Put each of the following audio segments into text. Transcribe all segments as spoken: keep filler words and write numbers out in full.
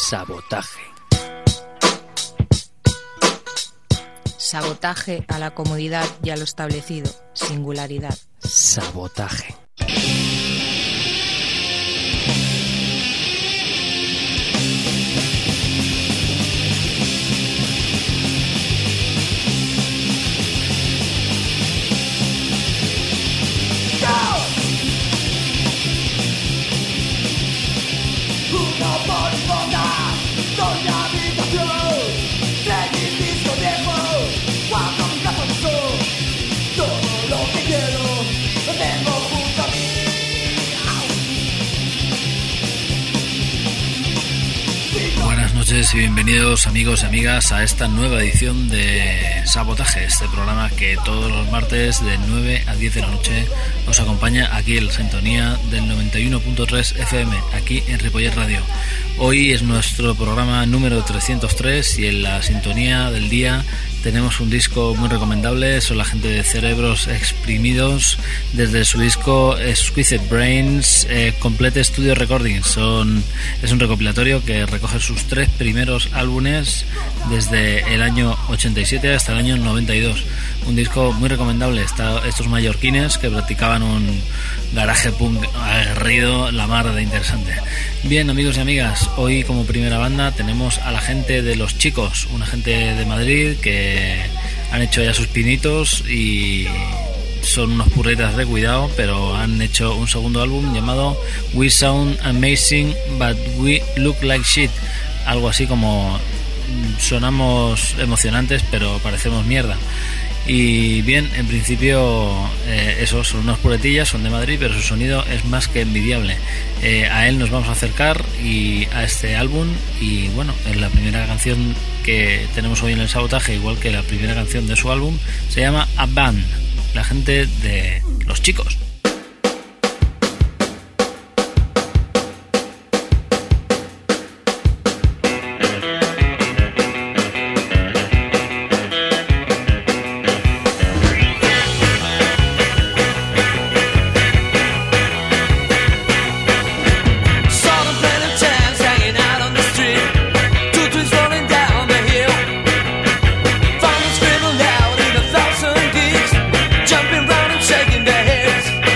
Sabotaje. Sabotaje a la comodidad y a lo establecido. Singularidad. Sabotaje. Buenas noches y bienvenidos amigos y amigas a esta nueva edición de Sabotaje, este programa que todos los martes de nueve a diez de la noche os acompaña aquí en la sintonía del noventa y uno punto tres F M, aquí en Ripollet Radio. Hoy es nuestro programa número trescientos tres y en la sintonía del día tenemos un disco muy recomendable. Son la gente de Cerebros Exprimidos desde su disco Squeezed Brains eh, Complete Studio Recordings. Son, es un recopilatorio que recoge sus tres primeros álbumes desde el año ochenta y siete hasta el año noventa y dos. Un disco muy recomendable. Está, estos mallorquines que practicaban un garaje punk aguerrido, la mar de interesante. Bien, amigos y amigas, hoy como primera banda tenemos a la gente de Los Chicos, una gente de Madrid que han hecho ya sus pinitos y son unos purretas de cuidado, pero han hecho un segundo álbum llamado We Sound Amazing But We Look Like Shit, algo así como sonamos emocionantes pero parecemos mierda. Y bien, en principio eh, esos son unos puretillas, son de Madrid, pero su sonido es más que envidiable. Eh, a él nos vamos a acercar y a este álbum, y bueno, en la primera canción que tenemos hoy en el Sabotaje, igual que la primera canción de su álbum, se llama A Band, la gente de Los Chicos. Jumping round and shaking their heads.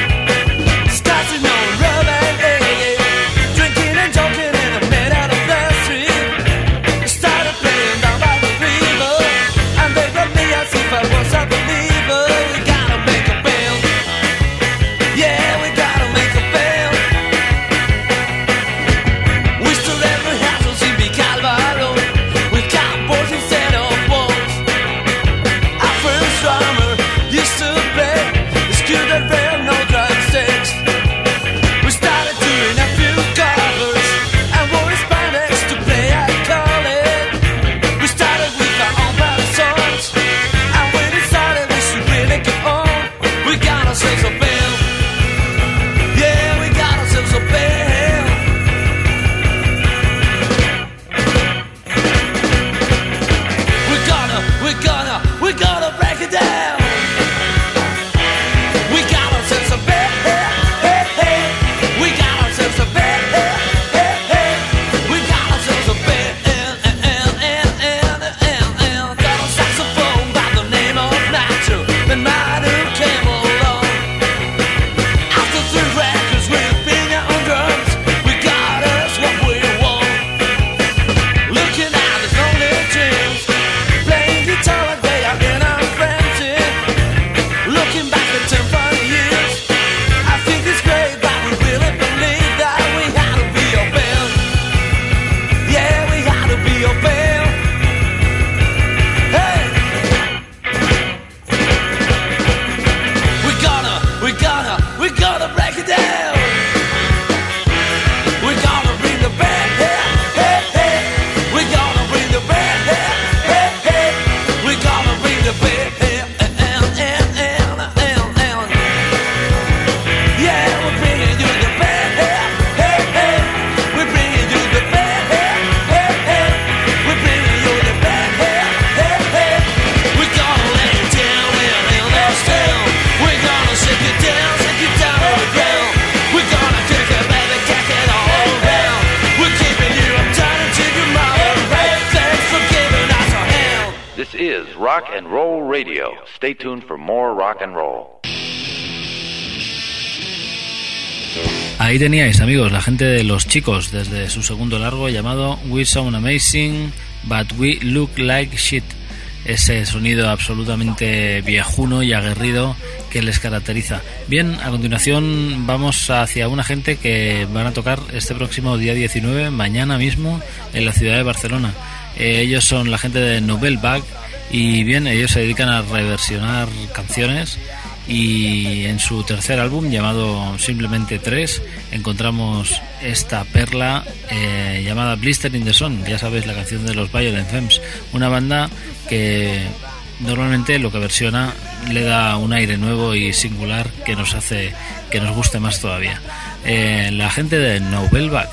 This is Rock and Roll Radio. Stay tuned for more rock and roll. Ahí teníais, amigos, la gente de Los Chicos desde su segundo largo llamado We Sound Amazing But We Look Like Shit. Ese sonido absolutamente viejuno y aguerrido que les caracteriza. Bien, a continuación vamos hacia una gente que van a tocar este próximo día diecinueve, mañana mismo, en la ciudad de Barcelona. Eh, ellos son la gente de Nouvelle Vague y bien, ellos se dedican a reversionar canciones. Y en su tercer álbum, llamado simplemente tres, encontramos esta perla eh, llamada Blister in the Sun. Ya sabéis, la canción de los Violent Femmes, una banda que normalmente lo que versiona le da un aire nuevo y singular que nos hace que nos guste más todavía. Eh, la gente de Nouvelle Vague.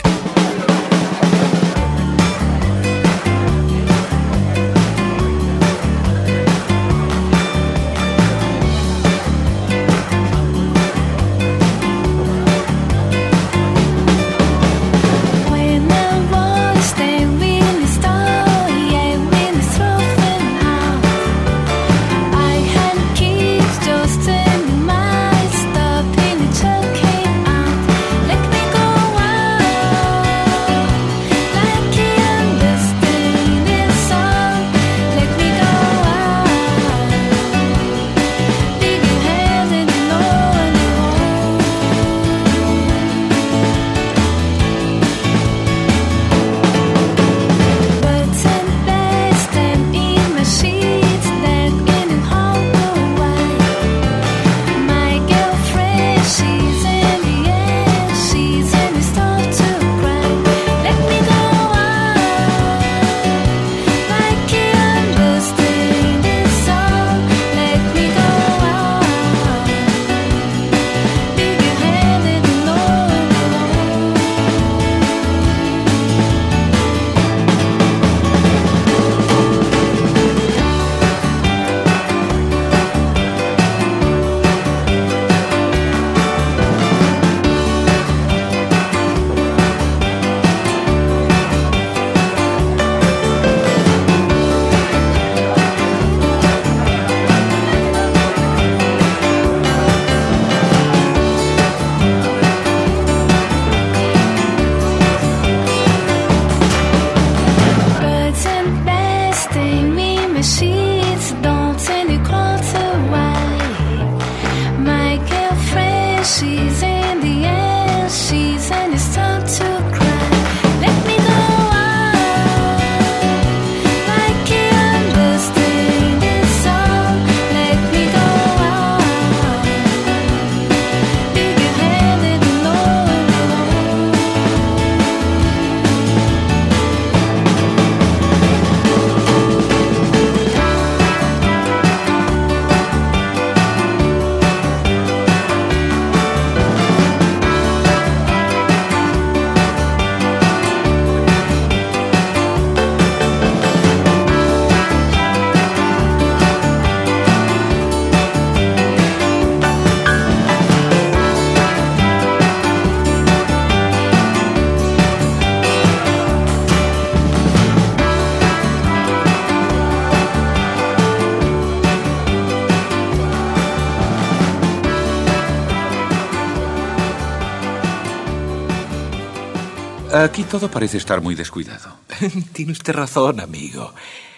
Aquí todo parece estar muy descuidado. Tiene usted razón, amigo.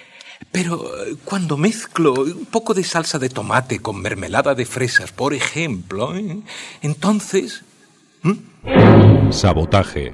Pero cuando mezclo un poco de salsa de tomate con mermelada de fresas, por ejemplo, ¿eh? entonces... ¿Mm? Sabotaje.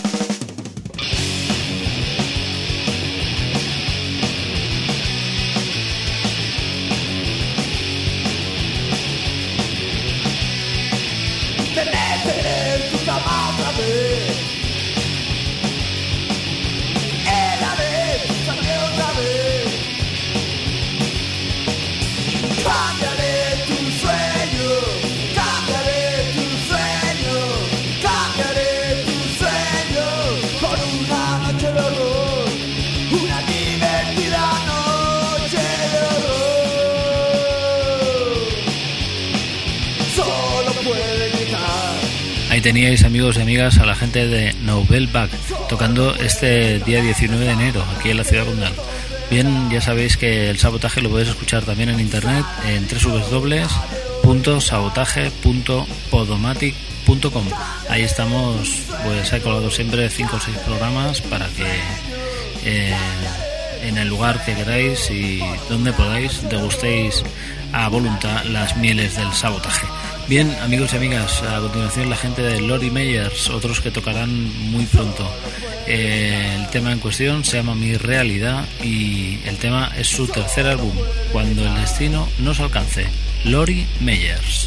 Ahí teníais, amigos y amigas, a la gente de Nouvelle Vague tocando este día diecinueve de enero aquí en la ciudad condal. Bien, ya sabéis que el Sabotaje lo podéis escuchar también en internet en doble u doble u doble u punto sabotaje punto podomatic punto com. Ahí estamos, pues he colgado siempre cinco o seis programas para que eh, en el lugar que queráis y donde podáis degustéis a voluntad las mieles del Sabotaje. Bien, amigos y amigas, a continuación la gente de Lori Meyers, otros que tocarán muy pronto. Eh, el tema en cuestión se llama Mi Realidad y el tema es su tercer álbum, Cuando el destino nos alcance. Lori Meyers.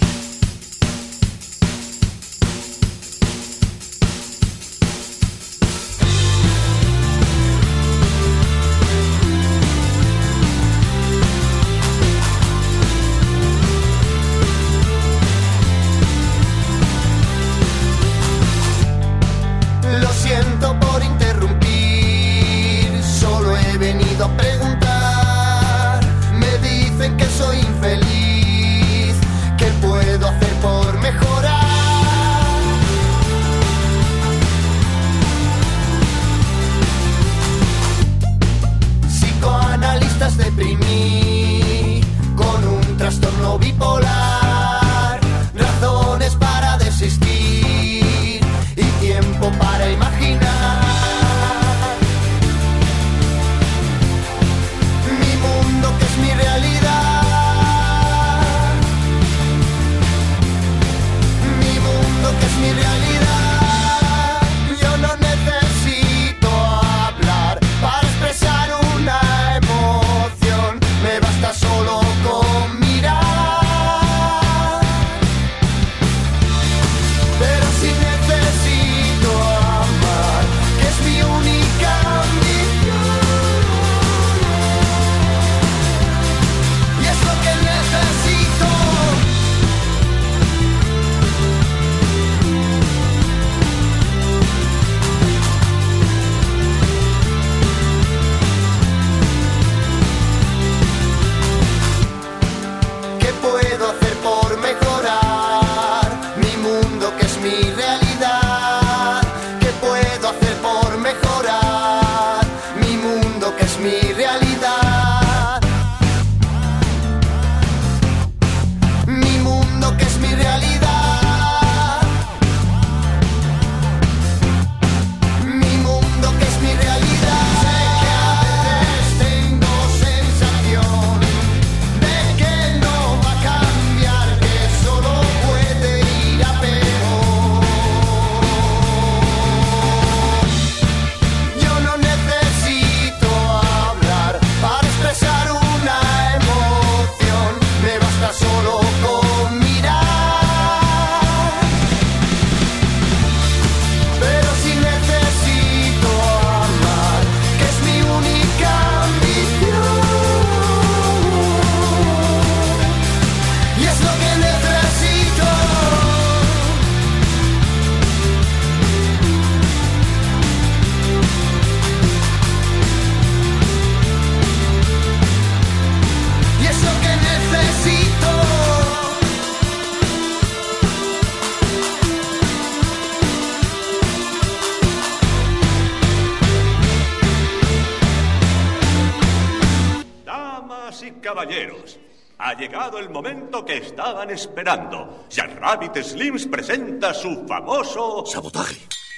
Caballeros, ha llegado el momento que estaban esperando. Jack Rabbit Slims presenta su famoso Sabotaje.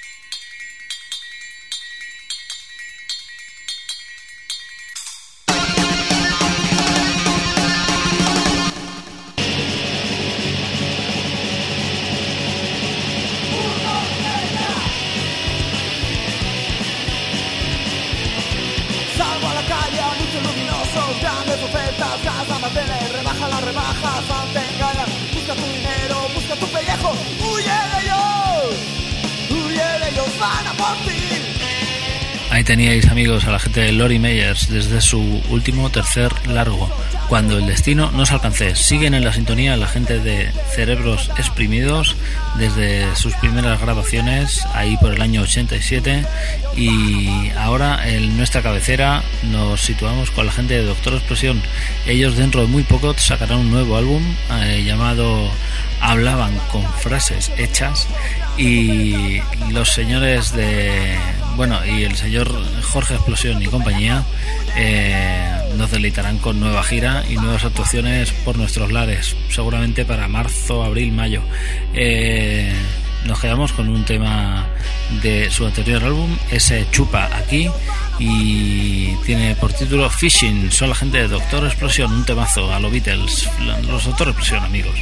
Ahí teníais, amigos, a la gente de Lori Meyers desde su último tercer largo, Cuando el destino nos alcance. Siguen en la sintonía la gente de Cerebros Exprimidos desde sus primeras grabaciones ahí por el año ochenta y siete, y ahora en nuestra cabecera nos situamos con la gente de Doctor Explosión. Ellos dentro de muy poco sacarán un nuevo álbum eh, llamado Hablaban con frases hechas, y los señores de bueno, y el señor Jorge Explosión y compañía eh, nos deleitarán con nueva gira y nuevas actuaciones por nuestros lares, seguramente para marzo, abril, mayo. Eh, nos quedamos con un tema de su anterior álbum, ese Chupa Aquí, y tiene por título Fishing. Son la gente de Doctor Explosión, un temazo a los Beatles, los Doctor Explosión, amigos.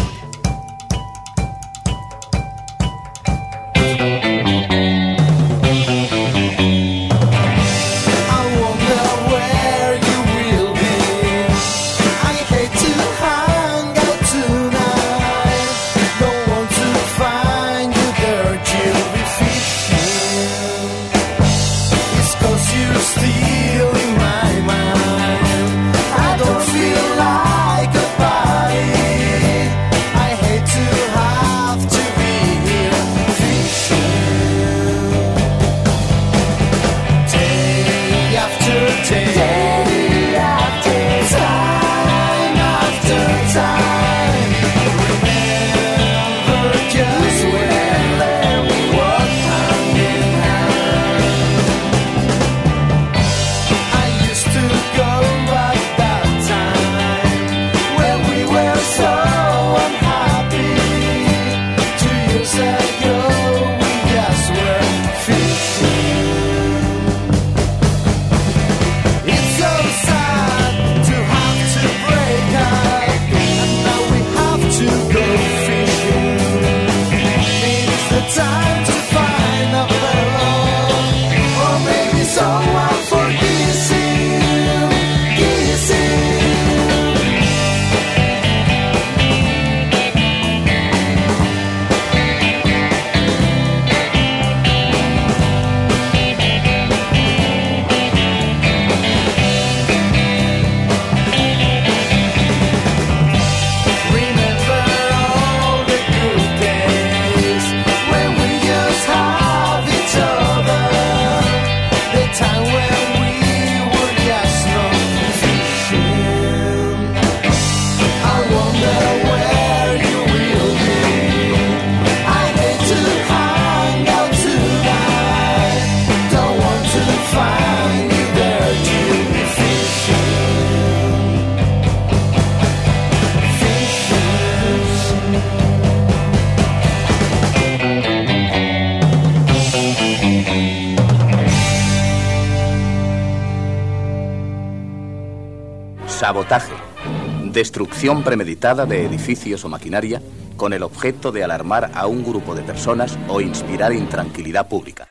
Sabotaje. Destrucción premeditada de edificios o maquinaria con el objeto de alarmar a un grupo de personas o inspirar intranquilidad pública.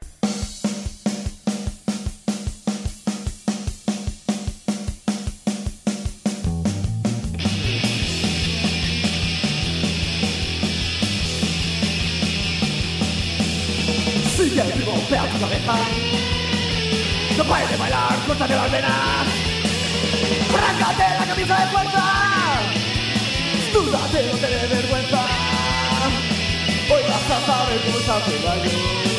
Sigue vivo, vea tu cabeza. No puedes bailar, córtate las venas. ¡Arráncate la camisa de fuerza! ¡Dúdate, no te dé vergüenza! Hoy vas a saber cómo se hace daño.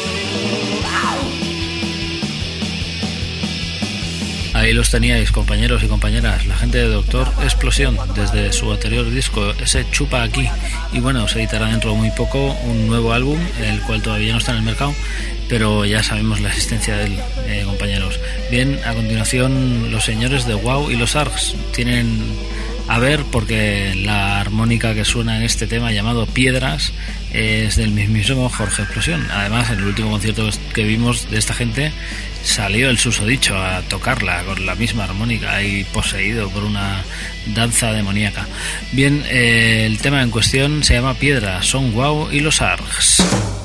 Ahí los teníais, compañeros y compañeras, la gente de Doctor Explosión, desde su anterior disco, ese Chupa Aquí. Y bueno, se editará dentro de muy poco un nuevo álbum, el cual todavía no está en el mercado, pero ya sabemos la existencia de él, eh, compañeros. Bien, a continuación, los señores de Wow y los Arcs tienen a ver, porque la armónica que suena en este tema llamado Piedras es del mismísimo Jorge Explosión. Además, en el último concierto que vimos de esta gente salió el susodicho a tocarla con la misma armónica y poseído por una danza demoníaca. Bien, eh, el tema en cuestión se llama Piedras, son Wow y los Arcs.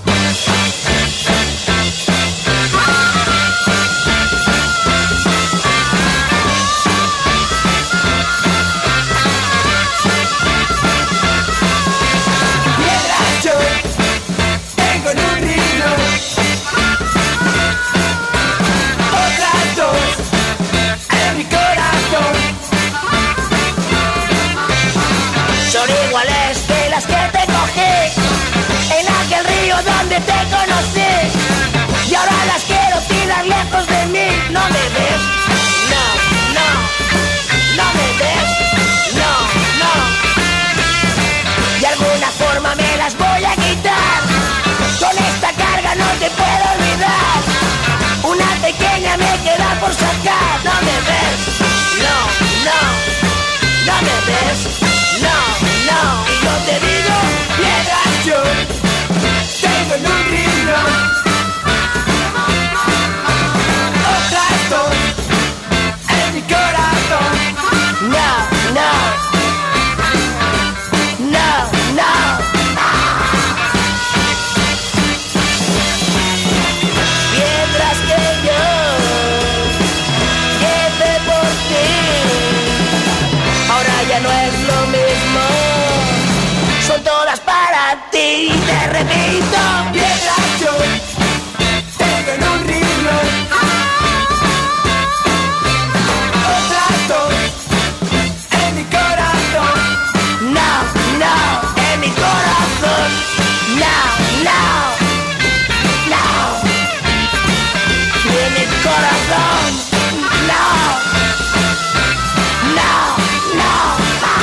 Donde te conocí y ahora las quiero tirar lejos de mí. No me ves, no, no, no me ves, no, no. De alguna forma me las voy a quitar. Con esta carga no te puedo olvidar. ti y te repito, piedras yo tengo en un riñón, otras dos en mi corazón, no, no, en mi corazón, no, no, no, en mi corazón, no, no, no.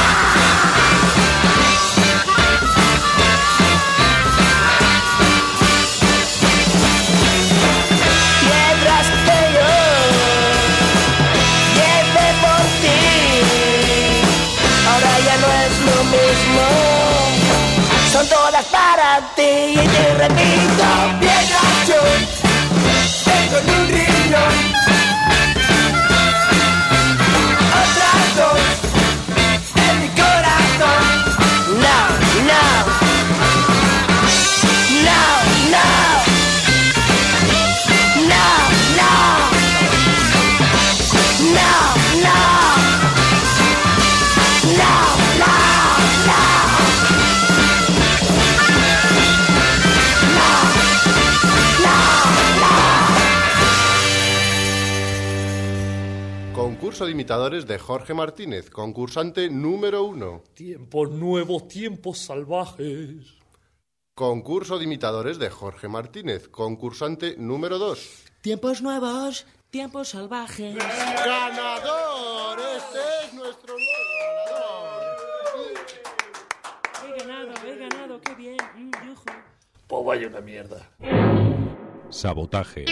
Piedras que yo llevé por ti, ahora ya no es lo mismo, son todas para ti y te repito, piedras yo tengo en un riñón, otras dos en mi corazón, no, no, no, no. No, no, no, no, no, no, no. Concurso de imitadores de Jorge Martínez, concursante número uno. Tiempos nuevos, tiempos salvajes. Concurso de imitadores de Jorge Martínez, concursante número dos. Tiempos nuevos, tiempos salvajes. ¡Ganador! Este es nuestro nuevo ganador. He ganado, he ganado, qué bien. Mm, yujo. Pues vaya una mierda. Sabotaje.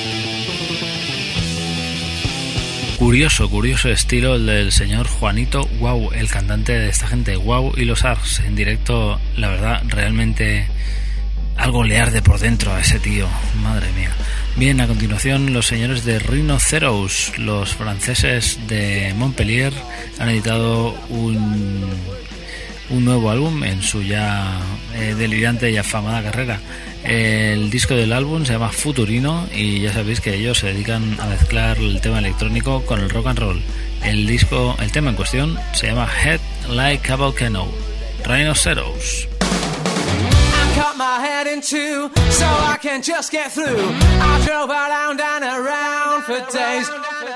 Curioso, curioso estilo el del señor Juanito Guau, el cantante de esta gente, Guau y los Arcs, en directo, la verdad, realmente algo le arde por dentro a ese tío, madre mía. Bien, a continuación los señores de Rhinoceros, los franceses de Montpellier, han editado un, un nuevo álbum en su ya eh, delirante y afamada carrera. El disco del álbum se llama Futurino y ya sabéis que ellos se dedican a mezclar el tema electrónico con el rock and roll. El disco, el tema en cuestión se llama Head Like a Volcano. Rhinoceros. Cut my head in two so I can just get through. I drove around and around for days.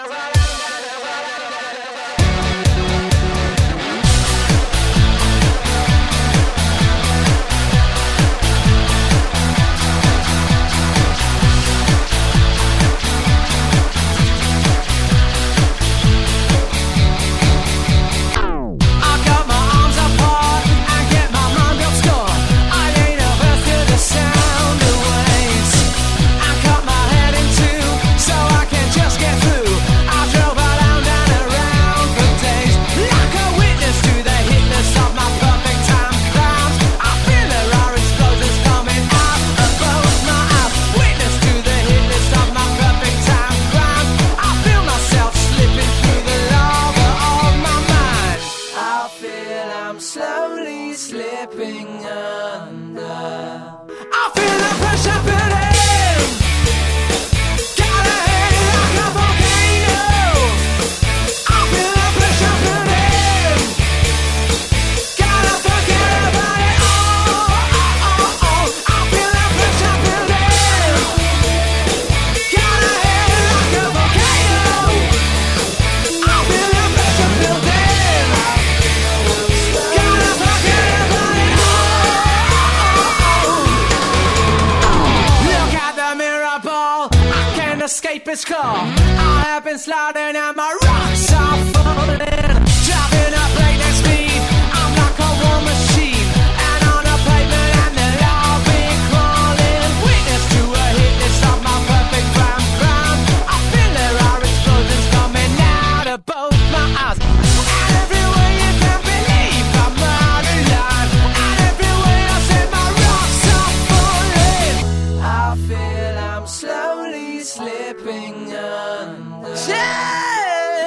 Escape his car. I have been sliding and my rocks are falling. Driving up breakneck speed. I'm like a war machine. And on the pavement and they'll all be crawling. Witness to a hit list of my perfect ground ground. I feel there are explosions coming out of both my eyes. And everywhere you can believe I'm out of line. And everywhere I say my rocks are falling. I feel I'm slowly slipping under. Yeah!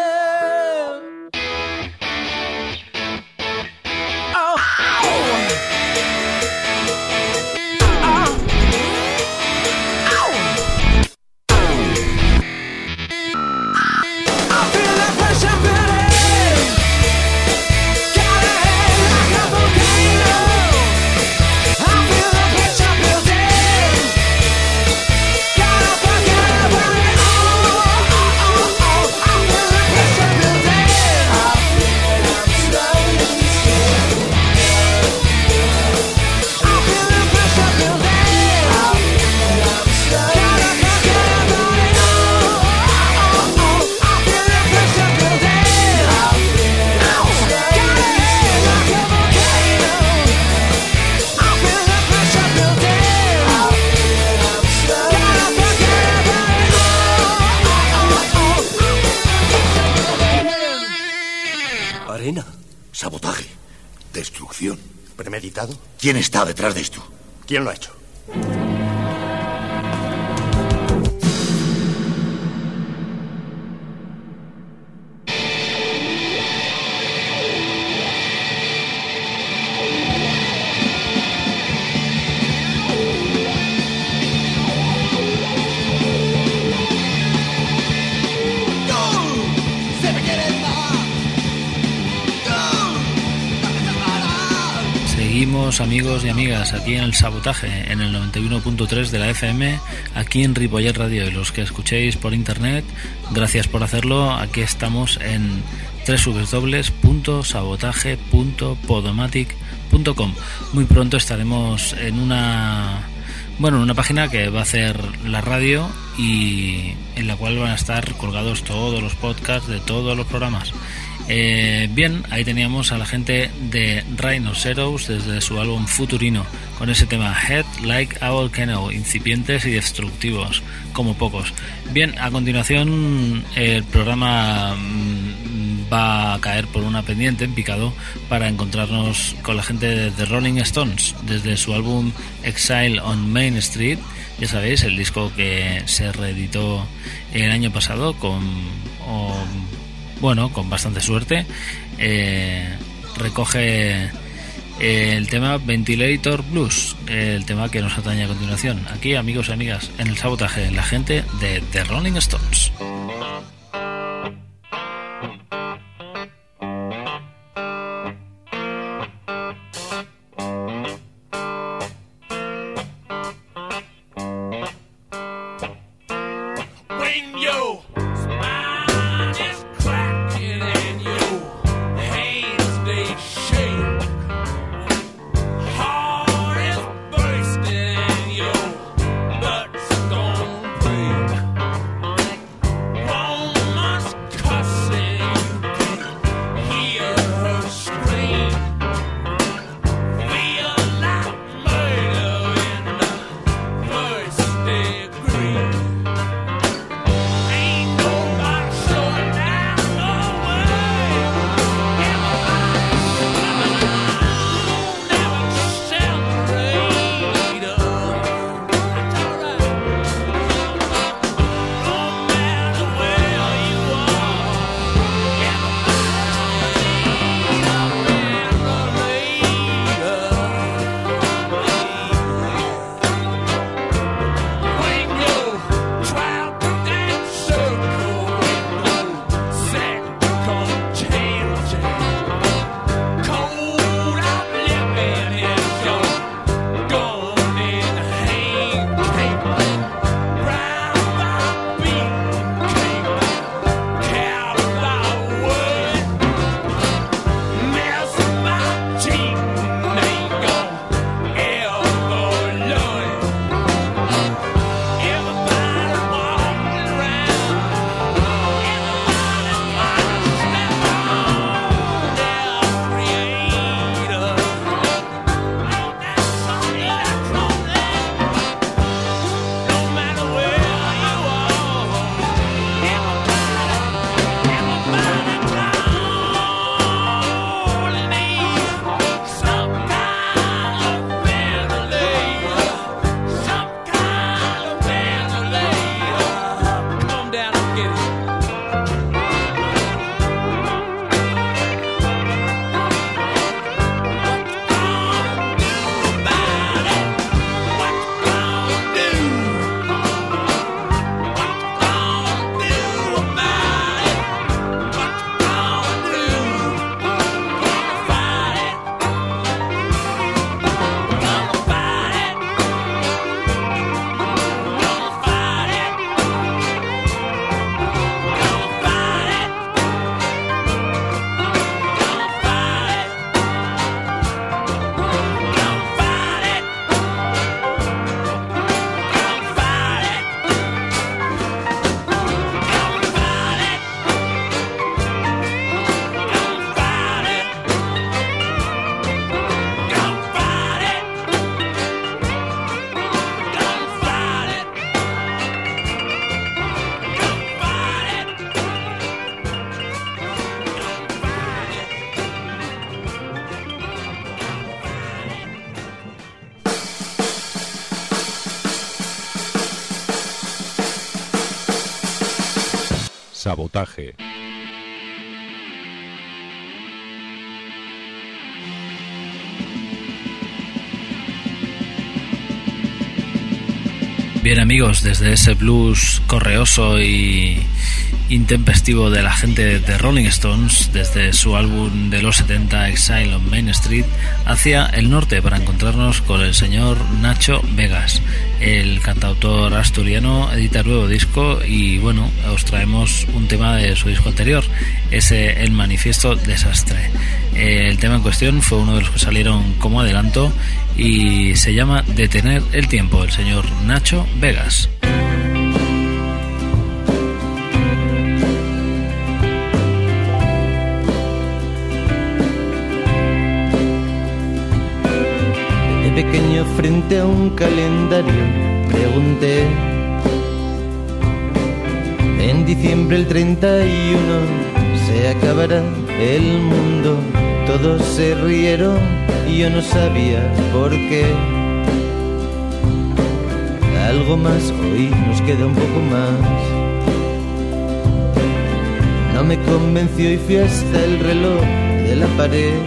Faena. Sabotaje. Destrucción. ¿Premeditado? ¿Quién está detrás de esto? ¿Quién lo ha hecho? Seguimos, amigos y amigas, aquí en el Sabotaje, en el noventa y uno punto tres de la F M, aquí en Ripollet Radio. Y los que escuchéis por internet, gracias por hacerlo. Aquí estamos en doble u doble u doble u punto sabotaje punto podomatic punto com. Muy pronto estaremos en una bueno, en una página que va a hacer la radio y en la cual van a estar colgados todos los podcasts de todos los programas. Eh, bien, ahí teníamos a la gente de Rhinoceros desde su álbum Futurino con ese tema Head Like a Volcano, incipientes y destructivos como pocos. Bien, a continuación el programa mmm, va a caer por una pendiente en picado para encontrarnos con la gente de The Rolling Stones desde su álbum Exile on Main Street. Ya sabéis, el disco que se reeditó el año pasado con... Oh, bueno, con bastante suerte, eh, recoge el tema Ventilator Blues, el tema que nos atañe a continuación. Aquí, amigos y amigas, en el Sabotaje, la gente de The Rolling Stones. Sabotaje. Bien amigos, desde ese blues correoso y intempestivo de la gente de Rolling Stones, desde su álbum de los setenta Exile on Main Street, hacia el norte para encontrarnos con el señor Nacho Vegas. El cantautor asturiano edita nuevo disco y bueno, os traemos un tema de su disco anterior, ese El Manifiesto Desastre. El tema en cuestión fue uno de los que salieron como adelanto y se llama Detener el Tiempo, el señor Nacho Vegas. De pequeño frente a un calendario pregunté: en diciembre el treinta y uno se acabará el mundo. Todos se rieron y yo no sabía por qué. Algo más, hoy nos queda un poco más. No me convenció y fui hasta el reloj de la pared.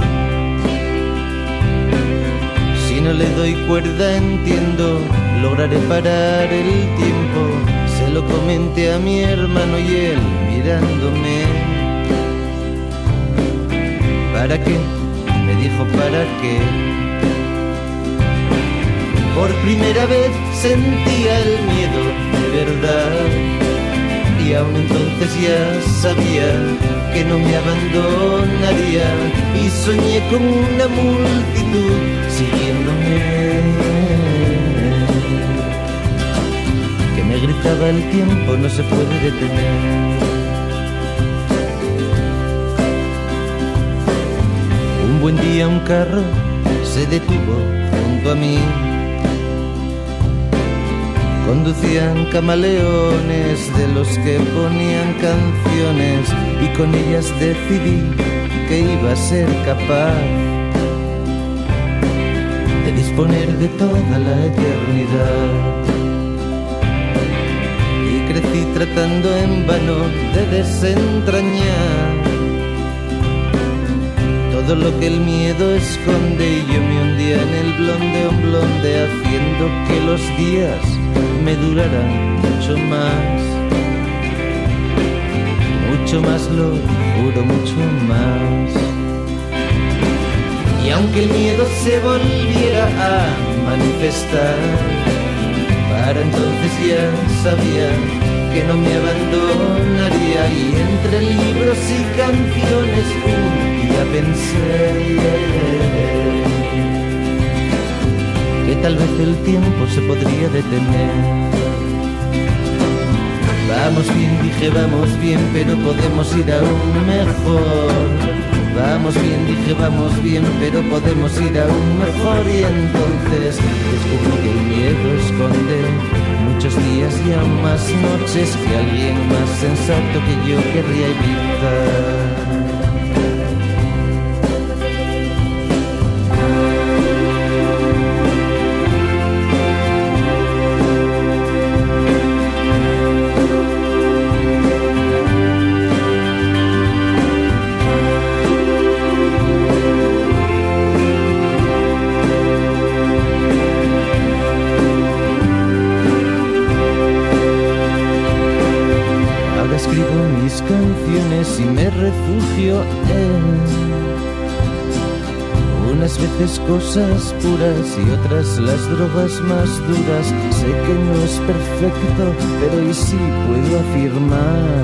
Si no le doy cuerda, entiendo, lograré parar el tiempo. Se lo comenté a mi hermano y él mirándome. ¿Para qué? Me dijo, ¿para qué? Por primera vez sentía el miedo de verdad. Y aún entonces ya sabía que no me abandonaría. Y soñé con una multitud siguiéndome, que me gritaba: el tiempo no se puede detener. Un buen día un carro se detuvo junto a mí. Conducían camaleones de los que ponían canciones y con ellas decidí que iba a ser capaz de disponer de toda la eternidad. Y crecí tratando en vano de desentrañar todo lo que el miedo esconde, y yo me hundía en el blonde on blonde, haciendo que los días me duraran mucho más, mucho más, lo juro, mucho más. Y aunque el miedo se volviera a manifestar, para entonces ya sabía que no me abandonaría. Y entre libros y canciones un día pensé que tal vez el tiempo se podría detener. Vamos bien, dije, vamos bien, pero podemos ir aún mejor. Vamos bien, dije, vamos bien, pero podemos ir aún mejor. Y entonces descubrí que el miedo esconde muchos días y aún más noches que alguien más sensato que yo querría evitar. Canciones y me refugio en unas veces cosas puras y otras las drogas más duras. Sé que no es perfecto, pero hoy sí puedo afirmar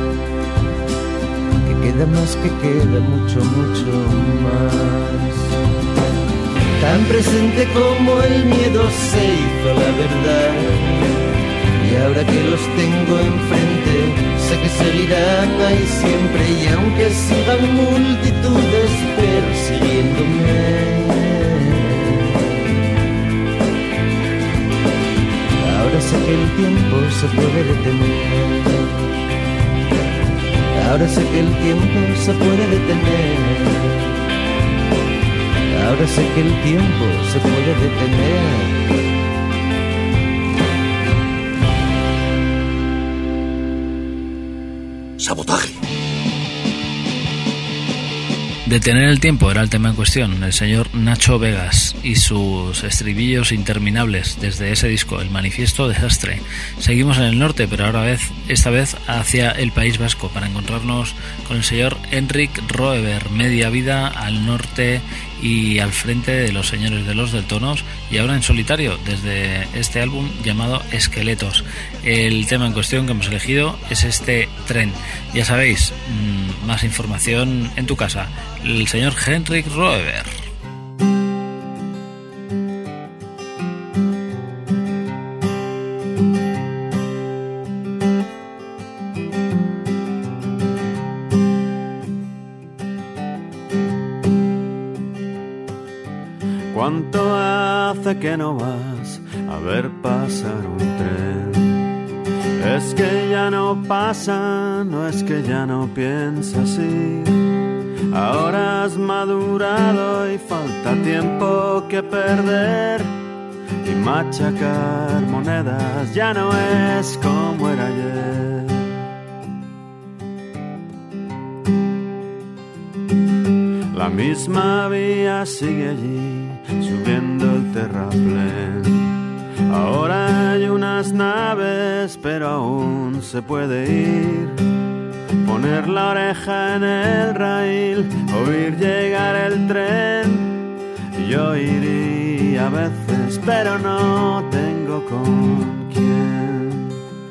que queda más, que queda mucho, mucho más. Tan presente como el miedo se hizo la verdad. Y ahora que los tengo enfrente, sé que seguirán ahí siempre. Y aunque sigan multitudes persiguiéndome, ahora sé que el tiempo se puede detener. Ahora sé que el tiempo se puede detener. Ahora sé que el tiempo se puede detener. Sabotaje. Detener el tiempo era el tema en cuestión, el señor Nacho Vegas y sus estribillos interminables desde ese disco, El Manifiesto Desastre. Seguimos en el norte, pero ahora vez, esta vez hacia el País Vasco, para encontrarnos con el señor Henrik Roeber, media vida al norte y al frente de los señores de los Deltonos, y ahora en solitario desde este álbum llamado Esqueletos. El tema en cuestión que hemos elegido es este Tren. Ya sabéis, mmm, más información en tu casa. El señor Henrik Roeber. ¿Cuánto hace que no vas a ver pasar un tren? Es que ya no pasa, no es que ya no piensas ir. Ahora has madurado y falta tiempo que perder. Y machacar monedas ya no es como era ayer. La misma vía sigue allí, subiendo el terraplén. Ahora hay unas naves, pero aún se puede ir. Poner la oreja en el rail, oír llegar el tren. Yo iría a veces, pero no tengo con quién.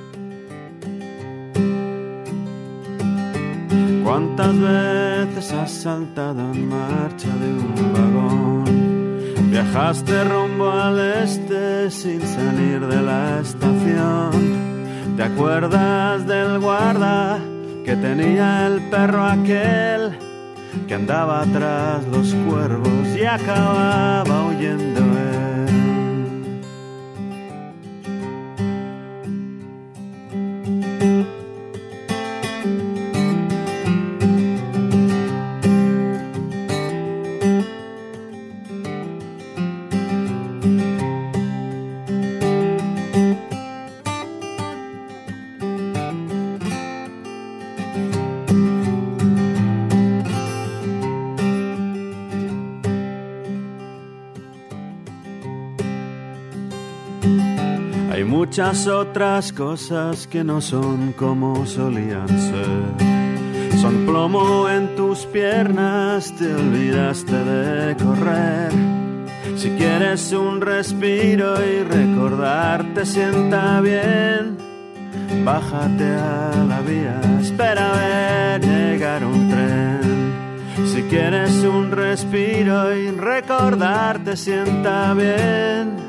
¿Cuántas veces has saltado en marcha de un vagón? Viajaste rumbo al este sin salir de la estación. ¿Te acuerdas del guarda que tenía el perro aquel que andaba tras los cuervos y acababa huyendo él? Muchas otras cosas que no son como solían ser. Son plomo en tus piernas, te olvidaste de correr. Si quieres un respiro y recordar te sienta bien, bájate a la vía, espera a ver llegar un tren. Si quieres un respiro y recordar te sienta bien,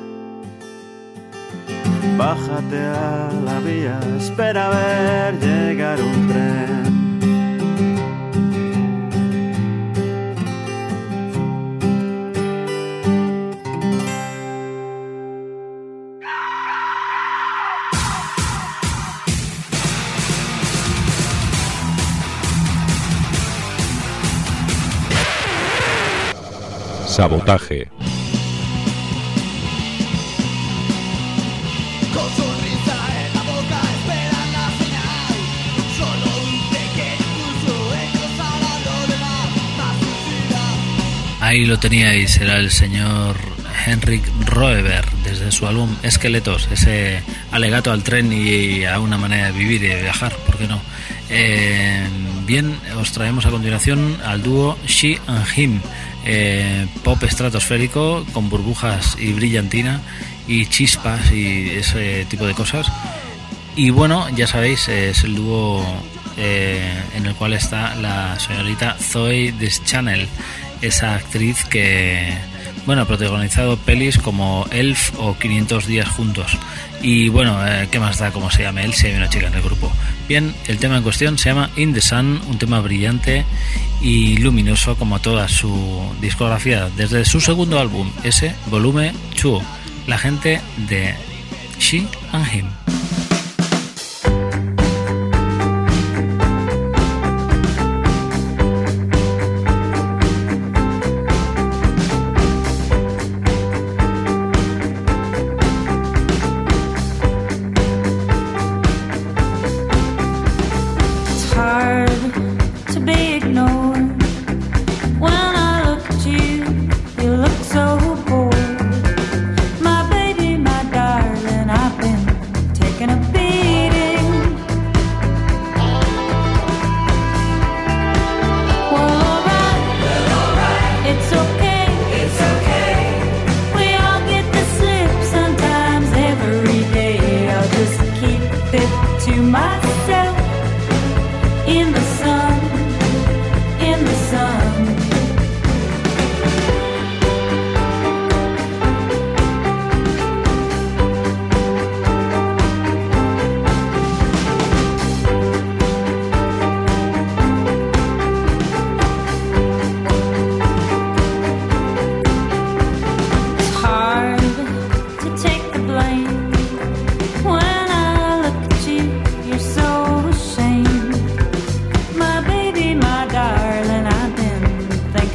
bájate a la vía, espera a ver llegar un tren. Sabotaje. Ahí lo teníais, era el señor Henrik Roeber desde su álbum Esqueletos, ese alegato al tren y a una manera de vivir y de viajar, ¿por qué no? Eh, bien, os traemos a continuación al dúo She and Him, eh, pop estratosférico con burbujas y brillantina y chispas y ese tipo de cosas. Y bueno, ya sabéis, es el dúo eh, en el cual está la señorita Zoe Deschanel, esa actriz que, bueno, ha protagonizado pelis como Elf o quinientos días juntos. Y bueno, eh, ¿qué más da cómo se llame él si hay una chica en el grupo? Bien, el tema en cuestión se llama In the Sun, un tema brillante y luminoso como toda su discografía, desde su segundo álbum, ese volumen dos, la gente de She and Him. Hard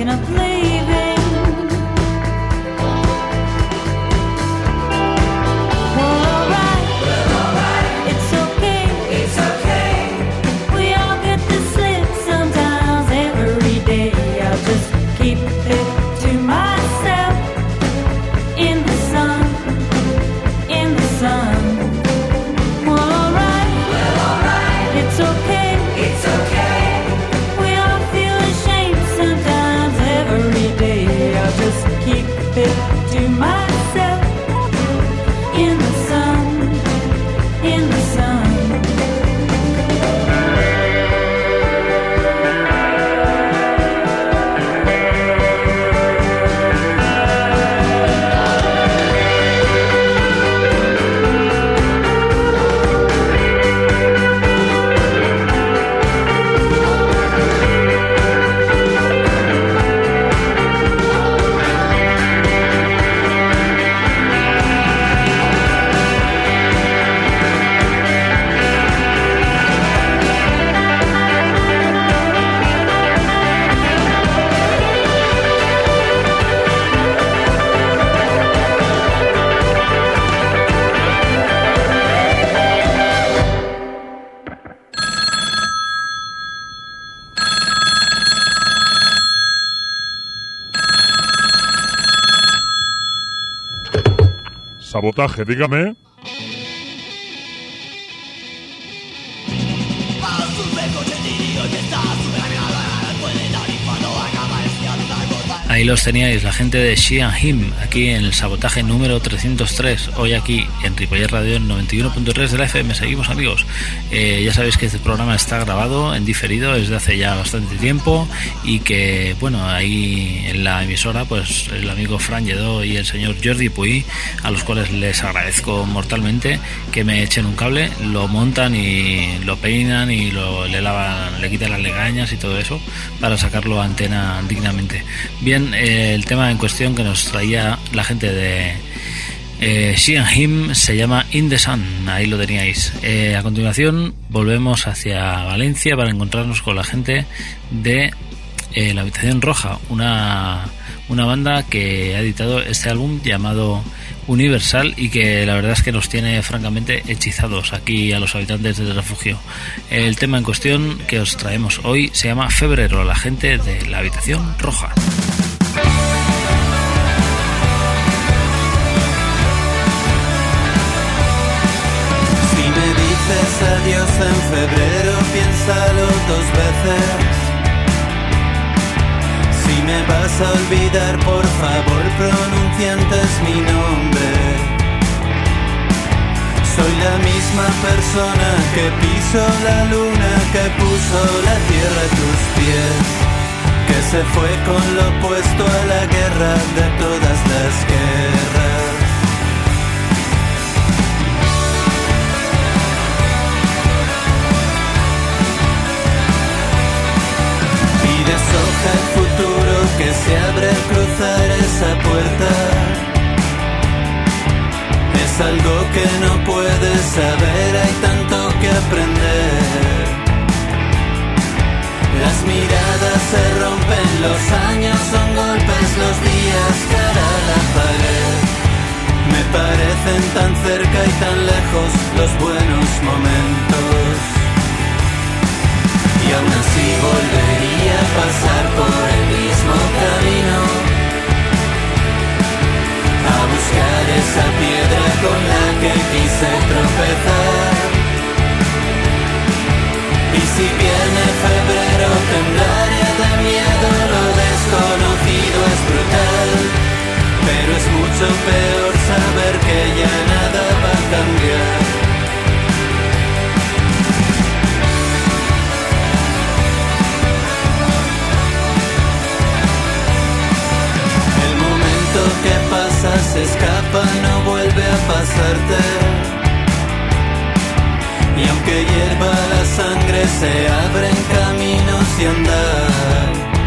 thinking of leaving. Well, alright, well, alright. It's okay, it's okay. We all get the slip sometimes every day. I'll just keep it to myself in the sun, in the sun. Well, alright, well, alright. It's okay, it's okay. We all feel ashamed sometimes every day. I'll just keep it to myself in the sun, in the sun. Sabotaje, dígame. Ahí los teníais, la gente de She and Him, aquí en el sabotaje número trescientos tres, hoy aquí en Ripollet Radio en noventa y uno punto tres de la F M. Seguimos, amigos. Eh, ya sabéis que este programa está grabado en diferido desde hace ya bastante tiempo y que, bueno, ahí en la emisora, pues el amigo Fran Lledó y el señor Jordi Puy, a los cuales les agradezco mortalmente que me echen un cable, lo montan y lo peinan y lo, le lavan, le quitan las legañas y todo eso para sacarlo a antena dignamente. Bien, eh, el tema en cuestión que nos traía la gente de eh, She and Him se llama In the Sun, ahí lo teníais. Eh, a continuación volvemos hacia Valencia para encontrarnos con la gente de eh, La Habitación Roja, una, una banda que ha editado este álbum llamado Universal y que la verdad es que nos tiene francamente hechizados aquí a los habitantes del refugio. El tema en cuestión que os traemos hoy se llama Febrero, la gente de La Habitación Roja. Si me dices adiós en febrero, piénsalo dos veces. Si me vas a olvidar, por favor, pronuncia antes mi nombre. Soy la misma persona que pisó la luna, que puso la tierra a tus pies, que se fue con lo opuesto a la guerra de todas las guerras. Y deshoja el futuro que se abre al cruzar esa puerta. Es algo que no puedes saber, hay tanto que aprender. Las miradas se rompen, los años son golpes, los días cara a la pared. Me parecen tan cerca y tan lejos los buenos momentos. Y aún así volvería a pasar por el mismo camino, a buscar esa piedra con la que quise tropezar. Y si viene febrero temblaré de miedo, lo desconocido es brutal, pero es mucho peor saber que ya nada va a cambiar. El momento que pasa se escapa, no vuelve a pasarte. Y aunque hierva la sangre, se abren caminos y andar.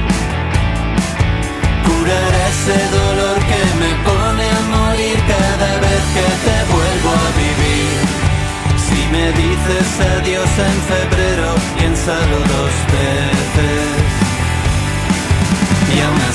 Curará ese dolor que me pone a morir cada vez que te vuelvo a vivir. Si me dices adiós en febrero, piénsalo dos veces. Y aún así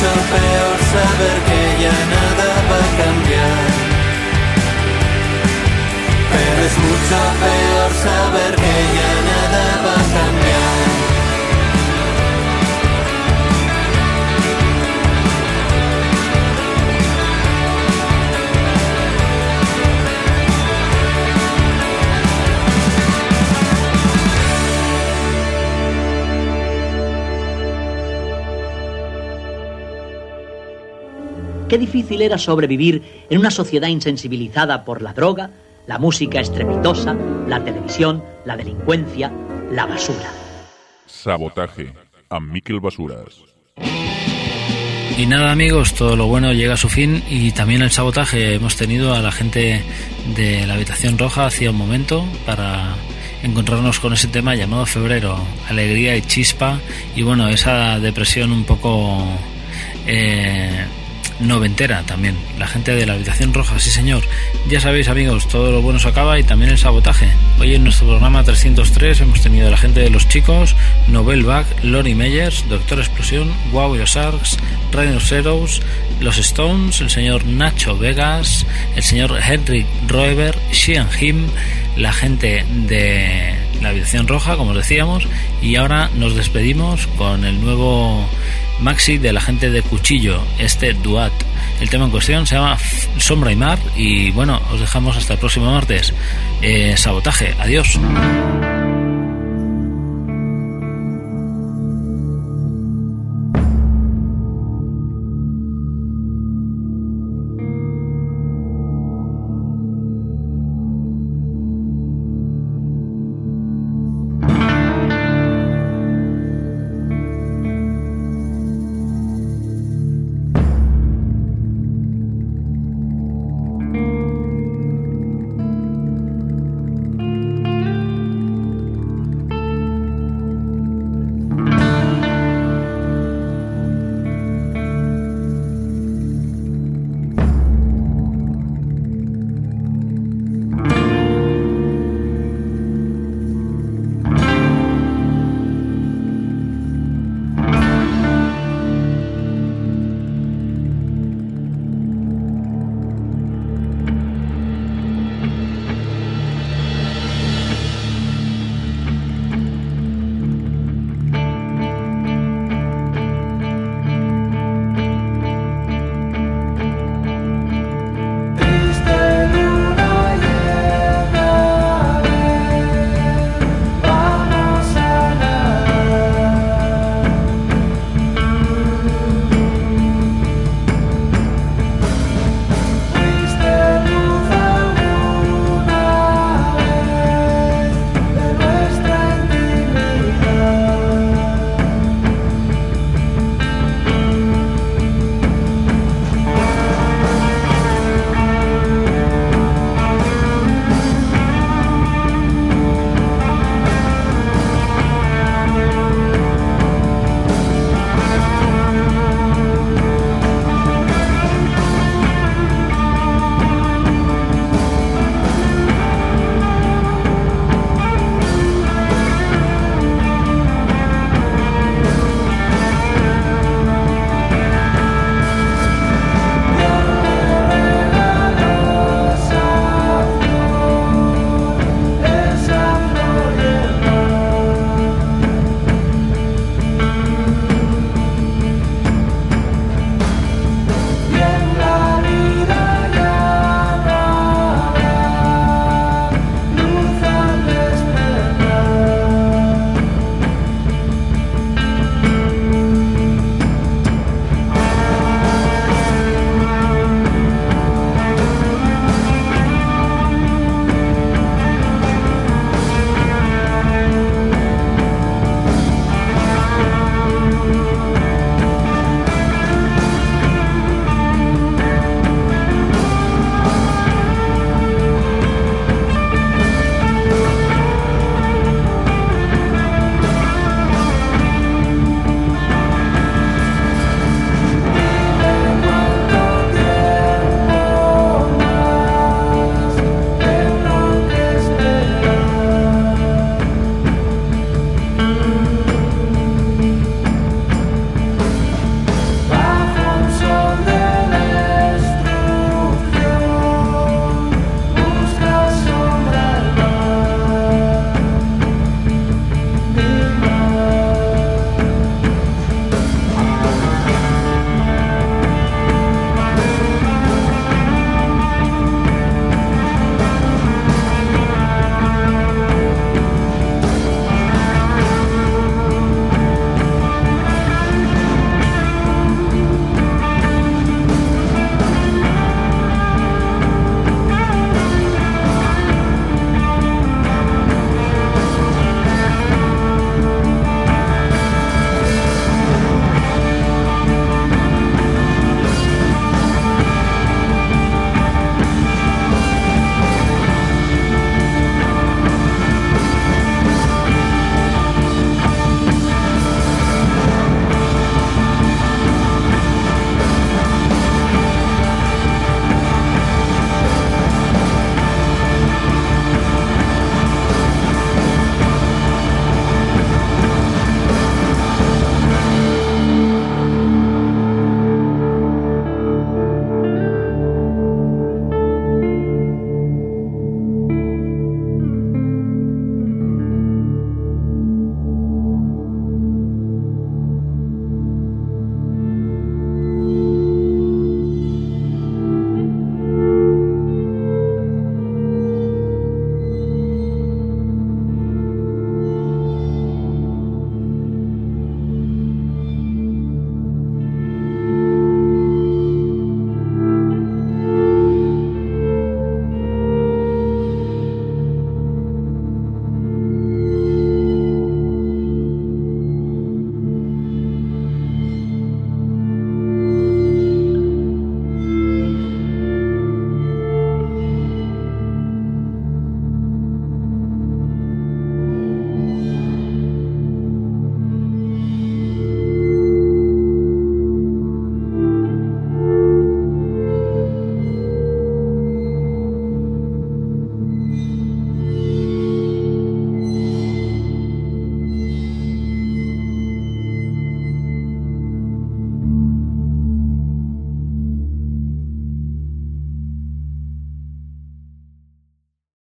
mucho peor saber que ya nada va a cambiar. Pero es mucho peor saber que ya nada va a cambiar. Qué difícil era sobrevivir en una sociedad insensibilizada por la droga, la música estrepitosa, la televisión, la delincuencia, la basura. Sabotaje, a Miquel Basuras. Y nada, amigos, todo lo bueno llega a su fin y también el sabotaje. Hemos tenido a la gente de la Habitación Roja hacía un momento para encontrarnos con ese tema llamado Febrero, alegría y chispa, y bueno, esa depresión un poco eh, noventera también. La gente de la Habitación Roja, sí señor. Ya sabéis, amigos, todo lo bueno se acaba y también el sabotaje. Hoy en nuestro programa trescientos tres hemos tenido a la gente de Los Chicos, Nobel Bach, Lonnie Meyers, Doctor Explosión, Wow Your Sharks, Rainer Zeros, Los Stones, el señor Nacho Vegas, el señor Henrik Roeber, Xian Him, la gente de la Habitación Roja, como os decíamos, y ahora nos despedimos con el nuevo maxi de la gente de Cuchillo, este Duat. El tema en cuestión se llama Sombra y Mar y bueno, os dejamos hasta el próximo martes. Eh, sabotaje, adiós.